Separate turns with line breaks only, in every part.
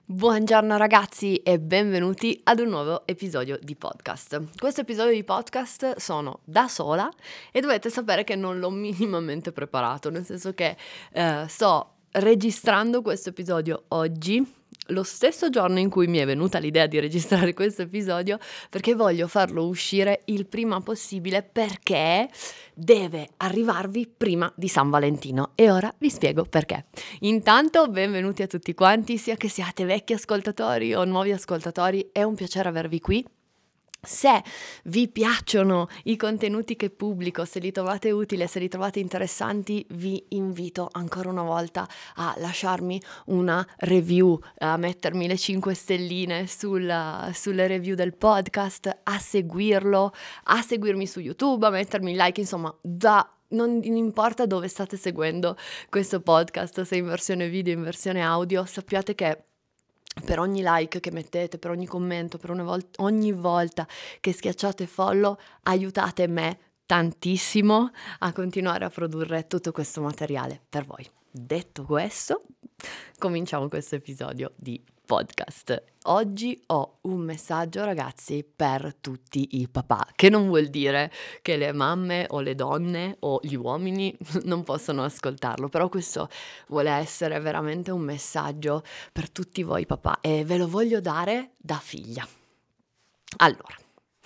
Buongiorno ragazzi e benvenuti ad un nuovo episodio di podcast. Questo episodio di podcast sono da sola e dovete sapere che non l'ho minimamente preparato, nel senso che sto registrando questo episodio oggi, lo stesso giorno in cui mi è venuta l'idea di registrare questo episodio, perché voglio farlo uscire il prima possibile perché deve arrivarvi prima di San Valentino e ora vi spiego perché. Intanto benvenuti a tutti quanti, sia che siate vecchi ascoltatori o nuovi ascoltatori, è un piacere avervi qui. Se vi piacciono i contenuti che pubblico, se li trovate utili, se li trovate interessanti, vi invito ancora una volta a lasciarmi una review, a mettermi le 5 stelline sulle review del podcast, a seguirlo, a seguirmi su YouTube, a mettermi like, insomma, non importa dove state seguendo questo podcast, se in versione video, in versione audio, sappiate che per ogni like che mettete, per ogni commento, per ogni volta che schiacciate follow, aiutate me tantissimo a continuare a produrre tutto questo materiale per voi. Detto questo, cominciamo questo episodio di podcast. Oggi ho un messaggio, ragazzi, per tutti i papà, che non vuol dire che le mamme o le donne o gli uomini non possono ascoltarlo, però questo vuole essere veramente un messaggio per tutti voi papà e ve lo voglio dare da figlia. Allora,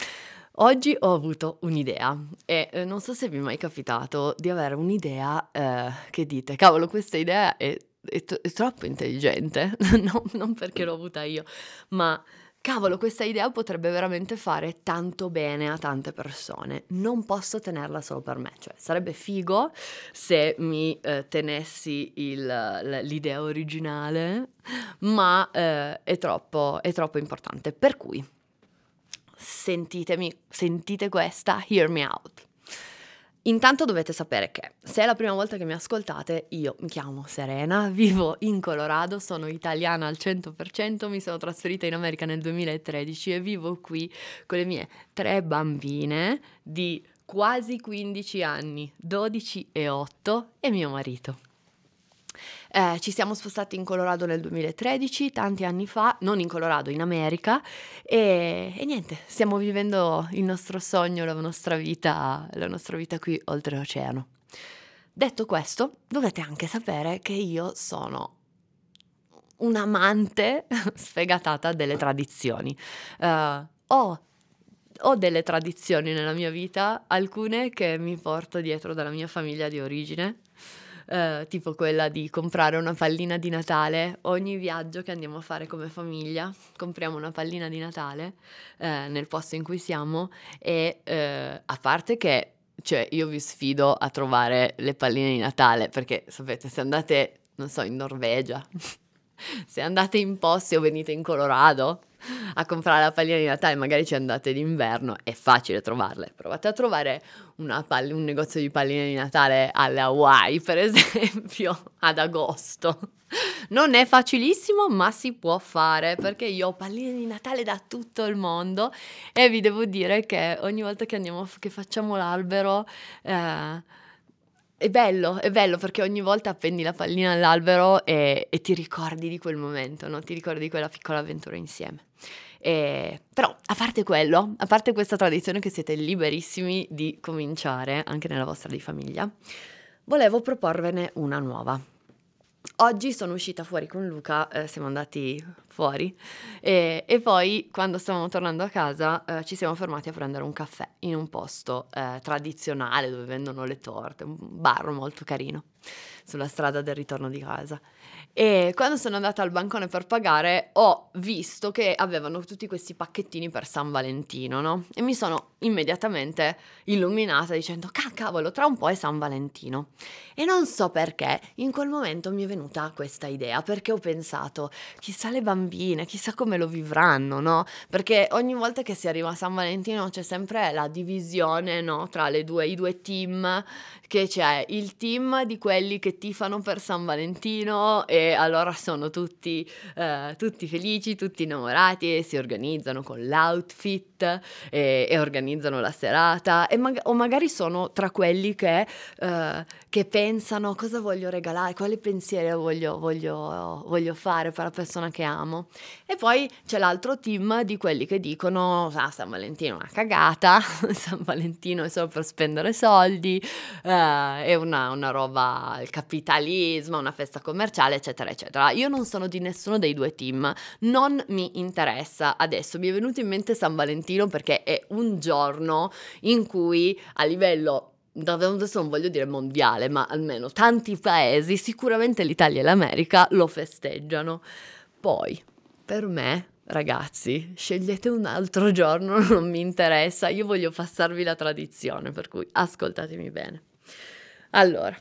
oggi ho avuto un'idea e non so se vi è mai capitato di avere un'idea che dite, cavolo, questa idea è troppo intelligente, non perché l'ho avuta io, ma cavolo, questa idea potrebbe veramente fare tanto bene a tante persone. Non posso tenerla solo per me, cioè sarebbe figo se mi tenessi l'idea originale, ma è troppo importante. Per cui sentite questa, hear me out. Intanto dovete sapere che se è la prima volta che mi ascoltate, io mi chiamo Serena, vivo in Colorado, sono italiana al 100%, mi sono trasferita in America nel 2013 e vivo qui con le mie 3 bambine di quasi 15 anni, 12 e 8 e mio marito. Ci siamo spostati in Colorado nel 2013, tanti anni fa, non in Colorado, in America, e niente, stiamo vivendo il nostro sogno, la nostra vita qui oltreoceano. Detto questo, dovete anche sapere che io sono un'amante sfegatata delle tradizioni. Ho delle tradizioni nella mia vita, alcune che mi porto dietro dalla mia famiglia di origine, tipo quella di comprare una pallina di Natale. Ogni viaggio che andiamo a fare come famiglia, compriamo una pallina di Natale nel posto in cui siamo e a parte che, cioè, io vi sfido a trovare le palline di Natale, perché sapete, se andate, non so, in Norvegia, se andate in posti o venite in Colorado a comprare la pallina di Natale, magari ci andate d'inverno, è facile trovarle. Provate a trovare un negozio di palline di Natale alle Hawaii, per esempio, ad agosto. Non è facilissimo, ma si può fare, perché io ho palline di Natale da tutto il mondo e vi devo dire che ogni volta che facciamo l'albero, è bello perché ogni volta appendi la pallina all'albero e ti ricordi di quel momento, no? Ti ricordi di quella piccola avventura insieme. Però, a parte quello, a parte questa tradizione che siete liberissimi di cominciare anche nella vostra di famiglia, volevo proporvene una nuova. Oggi sono uscita fuori con Luca, siamo andati fuori e poi quando stavamo tornando a casa ci siamo fermati a prendere un caffè in un posto tradizionale dove vendono le torte, un bar molto carino sulla strada del ritorno di casa. E quando sono andata al bancone per pagare ho visto che avevano tutti questi pacchettini per San Valentino, no? E mi sono immediatamente illuminata dicendo cavolo, tra un po' è San Valentino. E non so perché in quel momento mi è venuta questa idea, perché ho pensato chissà le bambine, chissà come lo vivranno, no? Perché ogni volta che si arriva a San Valentino c'è sempre la divisione, no? Tra i due team, che c'è il team di quelli che tifano per San Valentino e allora sono tutti felici, tutti innamorati e si organizzano con l'outfit e organizzano la serata o magari sono tra quelli che pensano: "Cosa voglio regalare? Quale pensiero voglio fare per la persona che amo?" E poi c'è l'altro team di quelli che dicono: "Ah, San Valentino è una cagata, San Valentino è solo per spendere soldi, è una roba il capitalismo, una festa commerciale", eccetera, eccetera. Io non sono di nessuno dei 2 team, non mi interessa. Adesso mi è venuto in mente San Valentino perché è un giorno in cui a livello adesso non voglio dire mondiale, ma almeno tanti paesi, sicuramente l'Italia e l'America, lo festeggiano. Poi, per me, ragazzi, scegliete un altro giorno, non mi interessa, io voglio passarvi la tradizione, per cui ascoltatemi bene. Allora,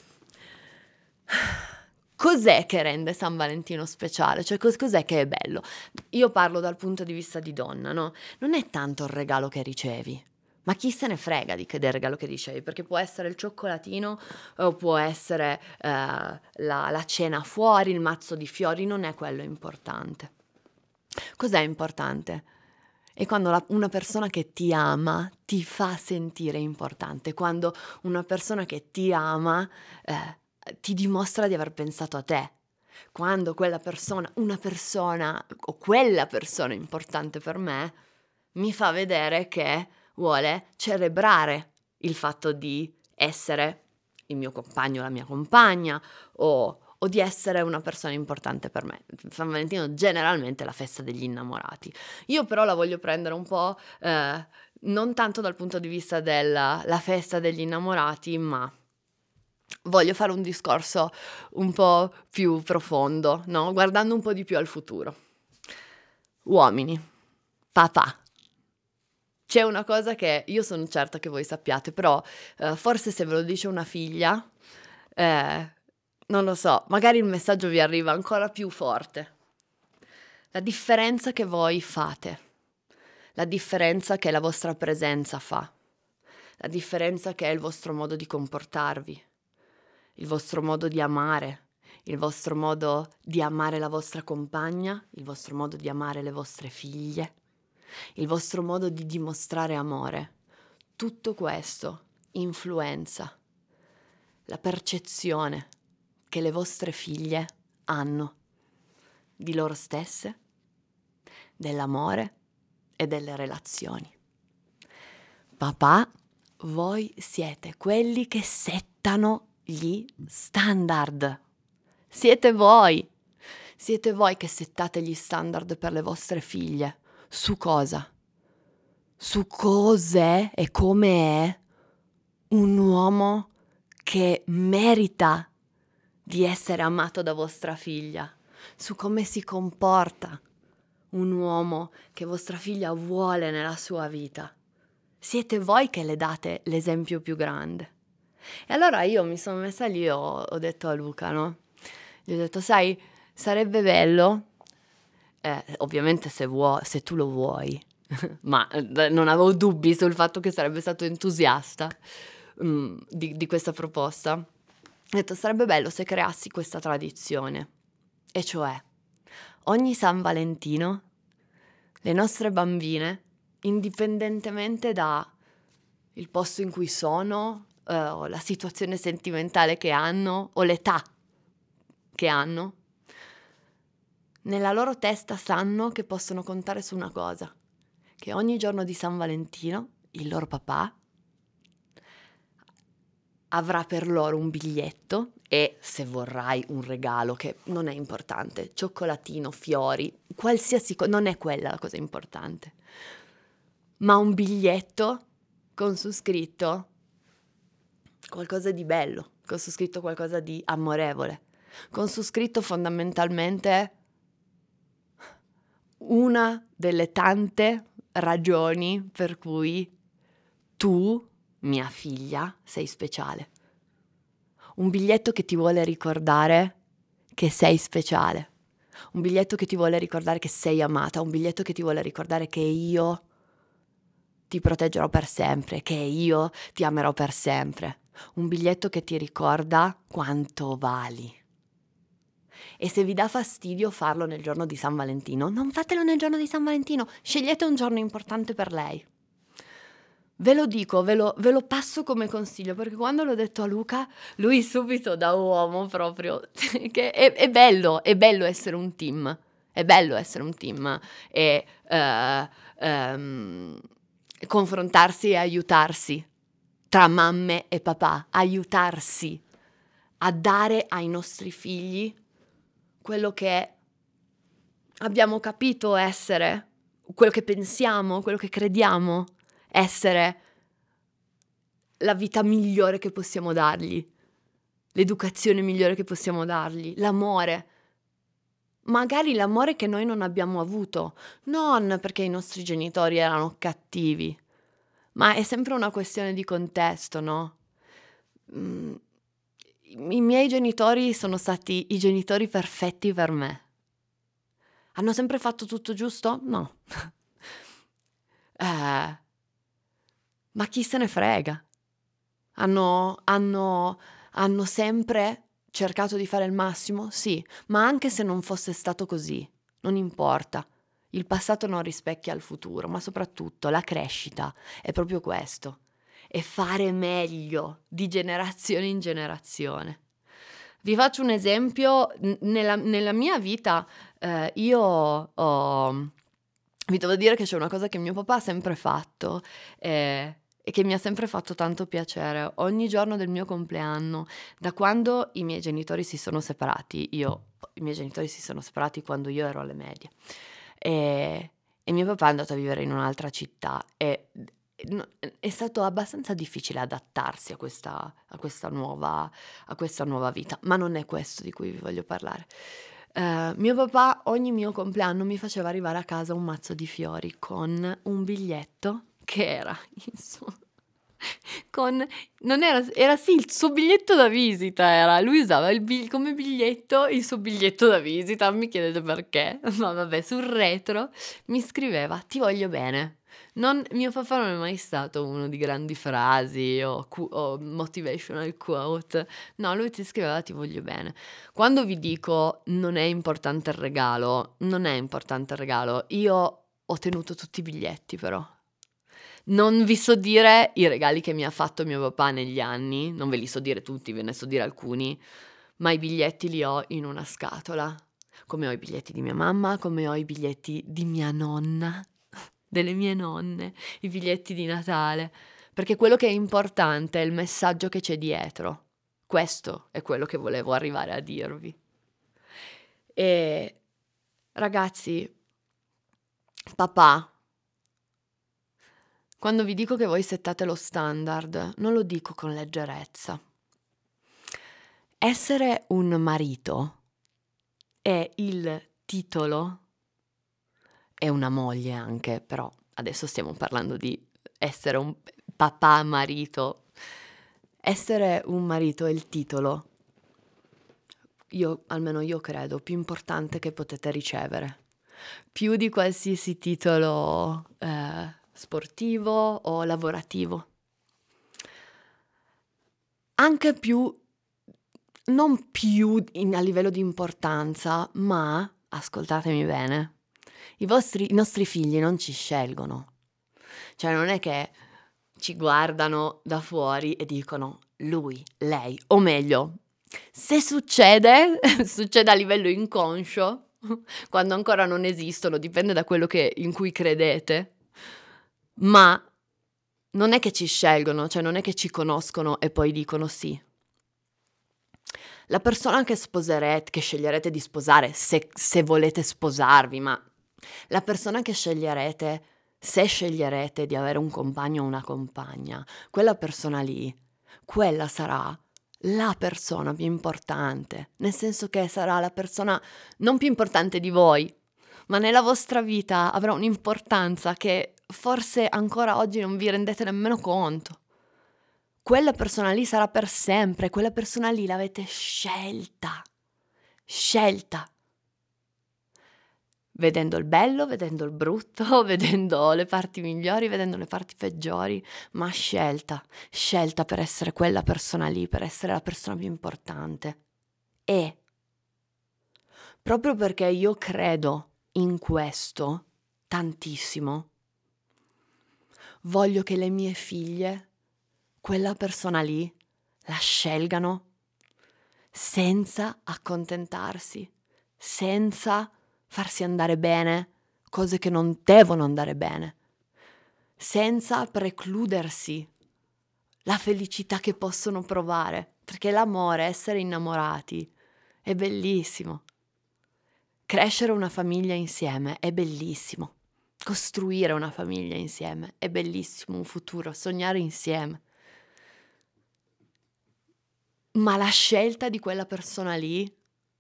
cos'è che rende San Valentino speciale? Cioè cos'è che è bello? Io parlo dal punto di vista di donna, no, non è tanto il regalo che ricevi, ma chi se ne frega del regalo che ricevi, perché può essere il cioccolatino o può essere, la cena fuori, il mazzo di fiori, non è quello importante. Cos'è importante? È quando una persona che ti ama ti fa sentire importante, quando una persona che ti ama, ti dimostra di aver pensato a te. Quando una persona o quella persona importante per me, mi fa vedere che vuole celebrare il fatto di essere il mio compagno o la mia compagna o di essere una persona importante per me. San Valentino generalmente è la festa degli innamorati. Io però la voglio prendere un po', non tanto dal punto di vista della la festa degli innamorati, ma voglio fare un discorso un po' più profondo, no, guardando un po' di più al futuro. Uomini, papà. C'è una cosa che io sono certa che voi sappiate, però, forse se ve lo dice una figlia, ehm, non lo so, magari il messaggio vi arriva ancora più forte. La differenza che voi fate, la differenza che la vostra presenza fa, la differenza che è il vostro modo di comportarvi, il vostro modo di amare, il vostro modo di amare la vostra compagna, il vostro modo di amare le vostre figlie, il vostro modo di dimostrare amore. Tutto questo influenza la percezione che le vostre figlie hanno di loro stesse, dell'amore e delle relazioni. Papà, voi siete quelli che settano gli standard. Siete voi. Siete voi che settate gli standard per le vostre figlie. Su cosa? Su cos'è e come è un uomo che merita di essere amato da vostra figlia. Su come si comporta un uomo che vostra figlia vuole nella sua vita. Siete voi che le date l'esempio più grande. E allora io mi sono messa lì e ho detto a Luca, no, gli ho detto: "Sai, sarebbe bello", ovviamente se tu lo vuoi, ma, non avevo dubbi sul fatto che sarebbe stato entusiasta, di questa proposta. Ho detto: "Sarebbe bello se creassi questa tradizione, e cioè ogni San Valentino le nostre bambine, indipendentemente da il posto in cui sono, o la situazione sentimentale che hanno o l'età che hanno, nella loro testa sanno che possono contare su una cosa, che ogni giorno di San Valentino il loro papà avrà per loro un biglietto e, se vorrai, un regalo che non è importante, cioccolatino, fiori, qualsiasi non è quella la cosa importante, ma un biglietto con su scritto qualcosa di bello, con su scritto qualcosa di amorevole, con su scritto fondamentalmente una delle tante ragioni per cui tu, mia figlia, sei speciale. Un biglietto che ti vuole ricordare che sei speciale. Un biglietto che ti vuole ricordare che sei amata. Un biglietto che ti vuole ricordare che io ti proteggerò per sempre, che io ti amerò per sempre. un biglietto che ti ricorda quanto vali. E se vi dà fastidio farlo nel giorno di San Valentino, non fatelo nel giorno di San Valentino, scegliete un giorno importante per lei. Ve lo dico, ve lo passo come consiglio, perché quando l'ho detto a Luca, lui subito da uomo proprio, che è bello essere un team, è bello essere un team e confrontarsi e aiutarsi tra mamme e papà, aiutarsi a dare ai nostri figli quello che abbiamo capito essere, quello che pensiamo, quello che crediamo essere la vita migliore che possiamo dargli, l'educazione migliore che possiamo dargli, l'amore. Magari l'amore che noi non abbiamo avuto, non perché i nostri genitori erano cattivi, ma è sempre una questione di contesto, no? I miei genitori sono stati i genitori perfetti per me. Hanno sempre fatto tutto giusto? No. Ma chi se ne frega? Hanno sempre cercato di fare il massimo? Sì, ma anche se non fosse stato così, non importa. Il passato non rispecchia il futuro, ma soprattutto la crescita è proprio questo, è fare meglio di generazione in generazione. Vi faccio un esempio, nella mia vita io vi devo dire che c'è una cosa che mio papà ha sempre fatto, e che mi ha sempre fatto tanto piacere. Ogni giorno del mio compleanno, da quando i miei genitori si sono separati, i miei genitori si sono separati quando io ero alle medie, e mio papà è andato a vivere in un'altra città e è stato abbastanza difficile adattarsi a questa nuova vita, ma non è questo di cui vi voglio parlare. Mio papà ogni mio compleanno mi faceva arrivare a casa un mazzo di fiori con un biglietto che era il suo con non era sì, il suo biglietto da visita era. Lui usava come biglietto il suo biglietto da visita, non mi chiedete perché, ma vabbè, sul retro mi scriveva: "Ti voglio bene". Mio papà non è mai stato uno di grandi frasi o motivational quote. No, lui ti scriveva: "Ti voglio bene". Quando vi dico non è importante il regalo, non è importante il regalo. Io ho tenuto tutti i biglietti però. Non vi so dire i regali che mi ha fatto mio papà negli anni, non ve li so dire tutti, ve ne so dire alcuni, ma i biglietti li ho in una scatola, come ho i biglietti di mia mamma, come ho i biglietti di mia nonna, delle mie nonne, i biglietti di Natale, perché quello che è importante è il messaggio che c'è dietro. Questo è quello che volevo arrivare a dirvi. E ragazzi, papà, quando vi dico che voi settate lo standard, non lo dico con leggerezza. Essere un marito è il titolo, e una moglie anche, però adesso stiamo parlando di essere un papà marito. Essere un marito è il titolo, almeno io credo, più importante che potete ricevere. Più di qualsiasi titolo sportivo o lavorativo. Anche non più a livello di importanza, ma, ascoltatemi bene, i nostri figli non ci scelgono. Cioè non è che ci guardano da fuori e dicono lui, lei, o meglio, se succede, succede a livello inconscio, quando ancora non esistono, dipende da quello in cui credete, ma non è che ci scelgono, cioè non è che ci conoscono e poi dicono sì. La persona che sceglierete di sposare, se volete sposarvi, ma la persona che sceglierete, se sceglierete di avere un compagno o una compagna, quella persona lì, quella sarà la persona più importante, nel senso che sarà la persona non più importante di voi, ma nella vostra vita avrà un'importanza che forse ancora oggi non vi rendete nemmeno conto. Quella persona lì sarà per sempre, quella persona lì l'avete scelta. vedendo il bello, vedendo il brutto, vedendo le parti migliori, vedendo le parti peggiori, ma scelta per essere quella persona lì, per essere la persona più importante. E proprio perché io credo in questo tantissimo, voglio che le mie figlie, quella persona lì, la scelgano senza accontentarsi, senza farsi andare bene cose che non devono andare bene, senza precludersi la felicità che possono provare, perché l'amore, essere innamorati, è bellissimo. Crescere una famiglia insieme è bellissimo. Costruire una famiglia insieme è bellissimo, un futuro, sognare insieme. Ma la scelta di quella persona lì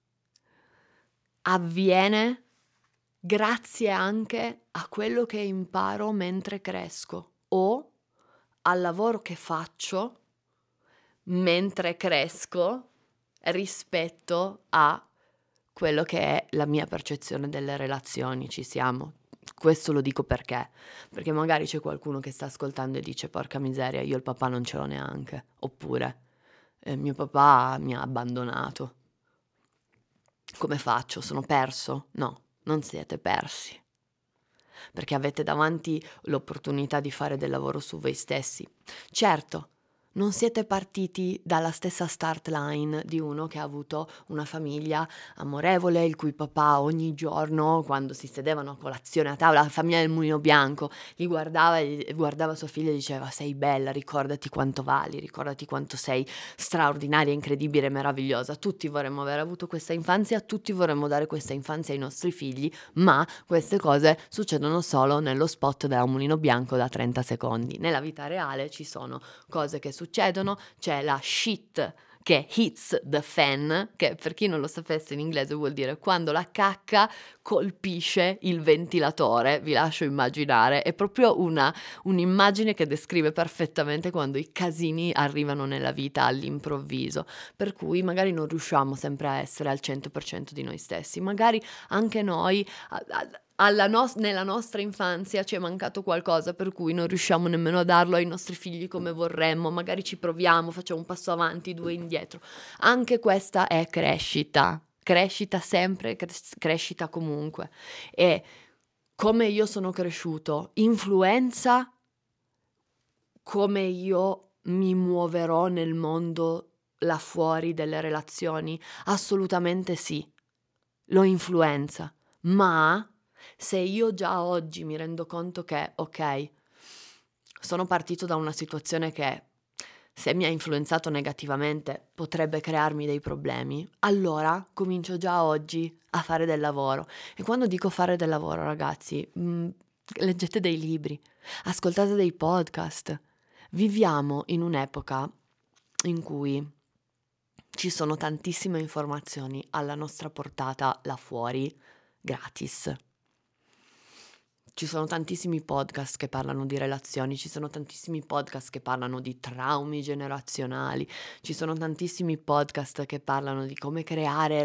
avviene grazie anche a quello che imparo mentre cresco o al lavoro che faccio mentre cresco rispetto a quello che è la mia percezione delle relazioni. Ci siamo. Questo lo dico perché magari c'è qualcuno che sta ascoltando e dice: porca miseria, io il papà non ce l'ho neanche, oppure mio papà mi ha abbandonato. Come faccio? Sono perso? No, non siete persi, perché avete davanti l'opportunità di fare del lavoro su voi stessi. Certo, non siete partiti dalla stessa start line di uno che ha avuto una famiglia amorevole, il cui papà ogni giorno, quando si sedevano a colazione a tavola, la famiglia del Mulino Bianco, li guardava e guardava sua figlia e diceva: sei bella, ricordati quanto vali, ricordati quanto sei straordinaria, incredibile, meravigliosa. Tutti vorremmo aver avuto questa infanzia, tutti vorremmo dare questa infanzia ai nostri figli, ma queste cose succedono solo nello spot della Mulino Bianco da 30 secondi. Nella vita reale ci sono cose che succedono, c'è la shit che hits the fan, che per chi non lo sapesse in inglese vuol dire quando la cacca colpisce il ventilatore, vi lascio immaginare, è proprio un'immagine che descrive perfettamente quando i casini arrivano nella vita all'improvviso, per cui magari non riusciamo sempre a essere al 100% di noi stessi, magari anche noi nella nostra infanzia ci è mancato qualcosa per cui non riusciamo nemmeno a darlo ai nostri figli come vorremmo, magari ci proviamo, facciamo un passo avanti, due indietro. Anche questa è crescita, crescita sempre, crescita comunque. E come io sono cresciuto influenza come io mi muoverò nel mondo là fuori delle relazioni? Assolutamente sì, lo influenza, ma se io già oggi mi rendo conto che, okay, sono partito da una situazione che, se mi ha influenzato negativamente, potrebbe crearmi dei problemi, allora comincio già oggi a fare del lavoro. E quando dico fare del lavoro, ragazzi, leggete dei libri, ascoltate dei podcast. Viviamo in un'epoca in cui ci sono tantissime informazioni alla nostra portata là fuori, gratis. Ci sono tantissimi podcast che parlano di relazioni, ci sono tantissimi podcast che parlano di traumi generazionali, ci sono tantissimi podcast che parlano di come creare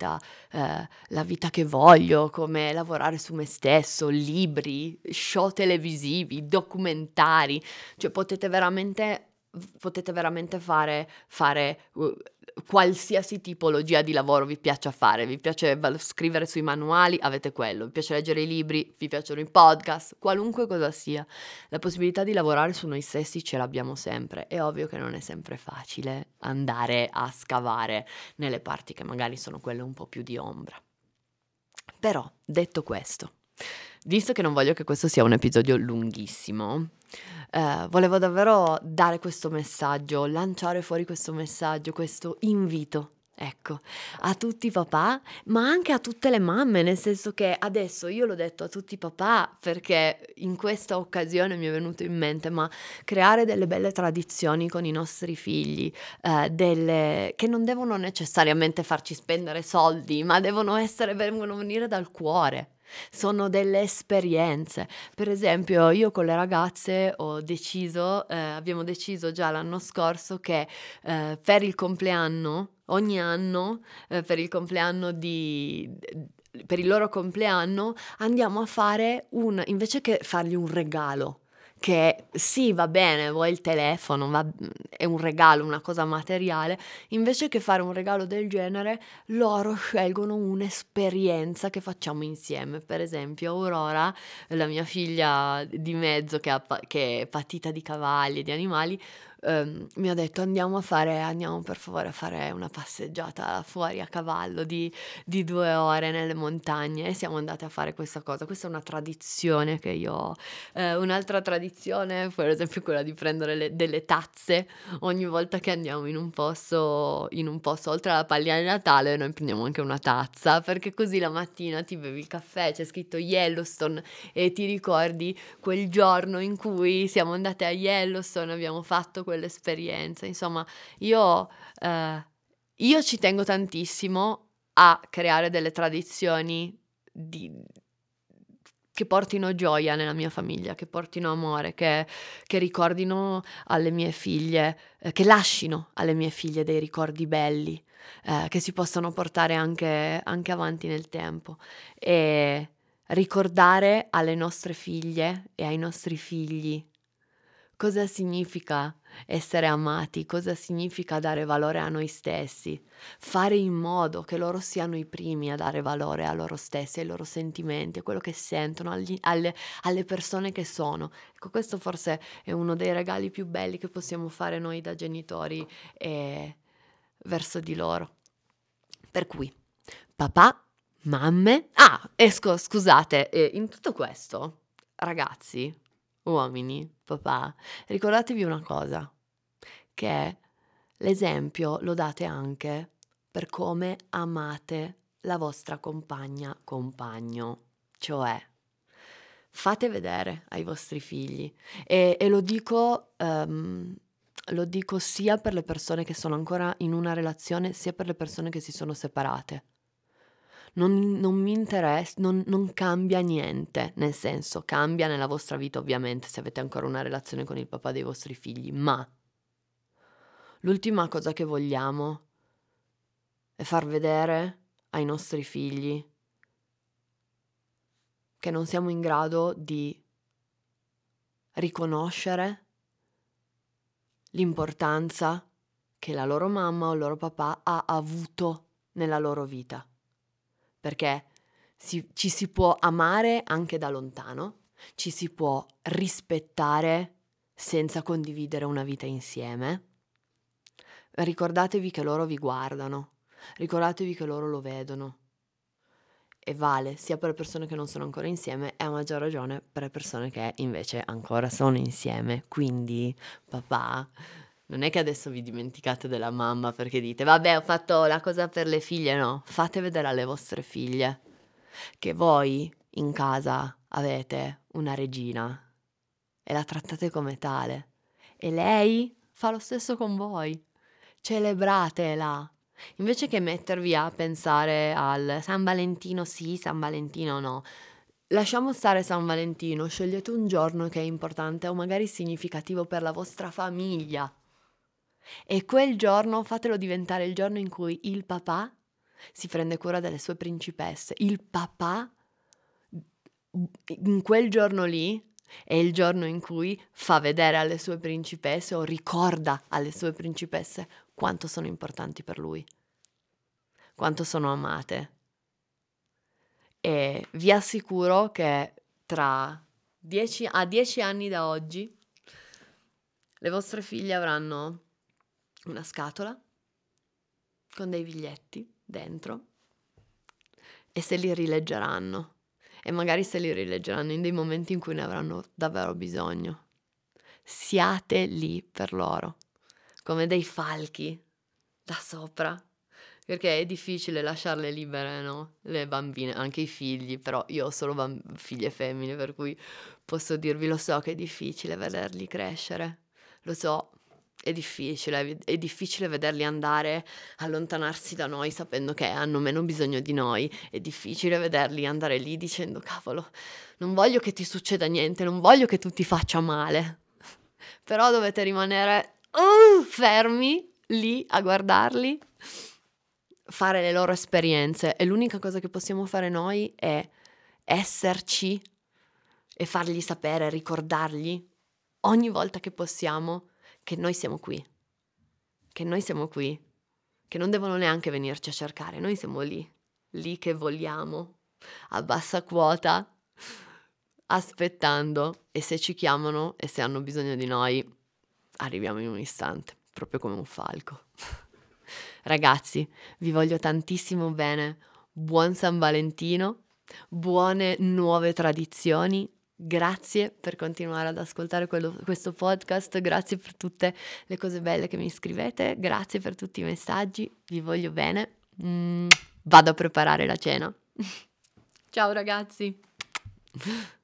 la vita che voglio, come lavorare su me stesso, libri, show televisivi, documentari, cioè potete veramente fare qualsiasi tipologia di lavoro vi piaccia fare. Vi piace scrivere sui manuali, avete quello. Vi piace leggere i libri, vi piacciono i podcast, qualunque cosa sia. La possibilità di lavorare su noi stessi ce l'abbiamo sempre. È ovvio che non è sempre facile andare a scavare nelle parti che magari sono quelle un po' più di ombra. Però, detto questo, visto che non voglio che questo sia un episodio lunghissimo, volevo davvero dare questo messaggio, lanciare fuori questo messaggio, questo invito, ecco, a tutti i papà, ma anche a tutte le mamme, nel senso che adesso io l'ho detto a tutti i papà perché in questa occasione mi è venuto in mente, ma creare delle belle tradizioni con i nostri figli, delle che non devono necessariamente farci spendere soldi, ma devono venire dal cuore. Sono delle esperienze. Per esempio, io con le ragazze abbiamo deciso già l'anno scorso che, per il compleanno, ogni anno, per il compleanno per il loro compleanno andiamo a fare invece che fargli un regalo, che sì, va bene, vuoi il telefono, è un regalo, una cosa materiale, invece che fare un regalo del genere, loro scelgono un'esperienza che facciamo insieme. Per esempio Aurora, la mia figlia di mezzo che è patita di cavalli e di animali, mi ha detto: Andiamo per favore a fare una passeggiata fuori a cavallo di 2 ore nelle montagne", e siamo andate a fare questa cosa. Questa è una tradizione che io ho. Un'altra tradizione, per esempio, quella di prendere delle tazze ogni volta che andiamo in un posto, oltre alla paglia di Natale, noi prendiamo anche una tazza, perché così la mattina ti bevi il caffè, c'è scritto Yellowstone e ti ricordi quel giorno in cui siamo andate a Yellowstone, abbiamo fatto quell'esperienza. Insomma, io ehm, io ci tengo tantissimo a creare delle tradizioni di che portino gioia nella mia famiglia, che portino amore, che ricordino alle mie figlie, che lascino alle mie figlie dei ricordi belli, che si possono portare anche avanti nel tempo. E ricordare alle nostre figlie e ai nostri figli cosa significa essere amati, cosa significa dare valore a noi stessi, fare in modo che loro siano i primi a dare valore a loro stessi, ai loro sentimenti, a quello che sentono, alle persone che sono. Ecco, questo forse è uno dei regali più belli che possiamo fare noi da genitori, verso di loro. Per cui, papà, mamme, scusate, in tutto questo, ragazzi, uomini, papà, ricordatevi una cosa, che l'esempio lo date anche per come amate la vostra compagna, compagno. Cioè, fate vedere ai vostri figli, e lo dico sia per le persone che sono ancora in una relazione, sia per le persone che si sono separate. Non mi non cambia niente, nel senso, cambia nella vostra vita ovviamente se avete ancora una relazione con il papà dei vostri figli, ma l'ultima cosa che vogliamo è far vedere ai nostri figli che non siamo in grado di riconoscere l'importanza che la loro mamma o il loro papà ha avuto nella loro vita. Perché ci si può amare anche da lontano, ci si può rispettare senza condividere una vita insieme. Ricordatevi che loro vi guardano, ricordatevi che loro lo vedono. E vale sia per le persone che non sono ancora insieme e a maggior ragione per le persone che invece ancora sono insieme. Quindi, papà, non è che adesso vi dimenticate della mamma perché dite: "Vabbè, ho fatto la cosa per le figlie", no, fate vedere alle vostre figlie che voi in casa avete una regina e la trattate come tale e lei fa lo stesso con voi. Celebratela. Invece che mettervi a pensare al San Valentino sì, San Valentino no. Lasciamo stare San Valentino, scegliete un giorno che è importante o magari significativo per la vostra famiglia e quel giorno fatelo diventare il giorno in cui il papà si prende cura delle sue principesse. Il papà in quel giorno lì è il giorno in cui fa vedere alle sue principesse o ricorda alle sue principesse quanto sono importanti per lui, quanto sono amate. E vi assicuro che tra 10 anni da oggi le vostre figlie avranno una scatola con dei biglietti dentro e se li rileggeranno. E magari se li rileggeranno in dei momenti in cui ne avranno davvero bisogno. Siate lì per loro, come dei falchi da sopra, perché è difficile lasciarle libere, no, le bambine, anche i figli, però io ho solo figlie femmine, per cui posso dirvi, lo so che è difficile vederli crescere, lo so, è difficile vederli andare, allontanarsi da noi sapendo che hanno meno bisogno di noi, è difficile vederli andare lì dicendo: "Cavolo, non voglio che ti succeda niente, non voglio che tu ti faccia male." Però dovete rimanere, fermi lì a guardarli, fare le loro esperienze, e l'unica cosa che possiamo fare noi è esserci e fargli sapere, ricordargli ogni volta che possiamo che noi siamo qui, che noi siamo qui, che non devono neanche venirci a cercare, noi siamo lì, lì che vogliamo, a bassa quota, aspettando, e se ci chiamano e se hanno bisogno di noi, arriviamo in un istante, proprio come un falco. Ragazzi, vi voglio tantissimo bene, buon San Valentino, buone nuove tradizioni. Grazie per continuare ad ascoltare questo podcast, grazie per tutte le cose belle che mi scrivete, grazie per tutti i messaggi, vi voglio bene. Vado a preparare la cena. Ciao ragazzi!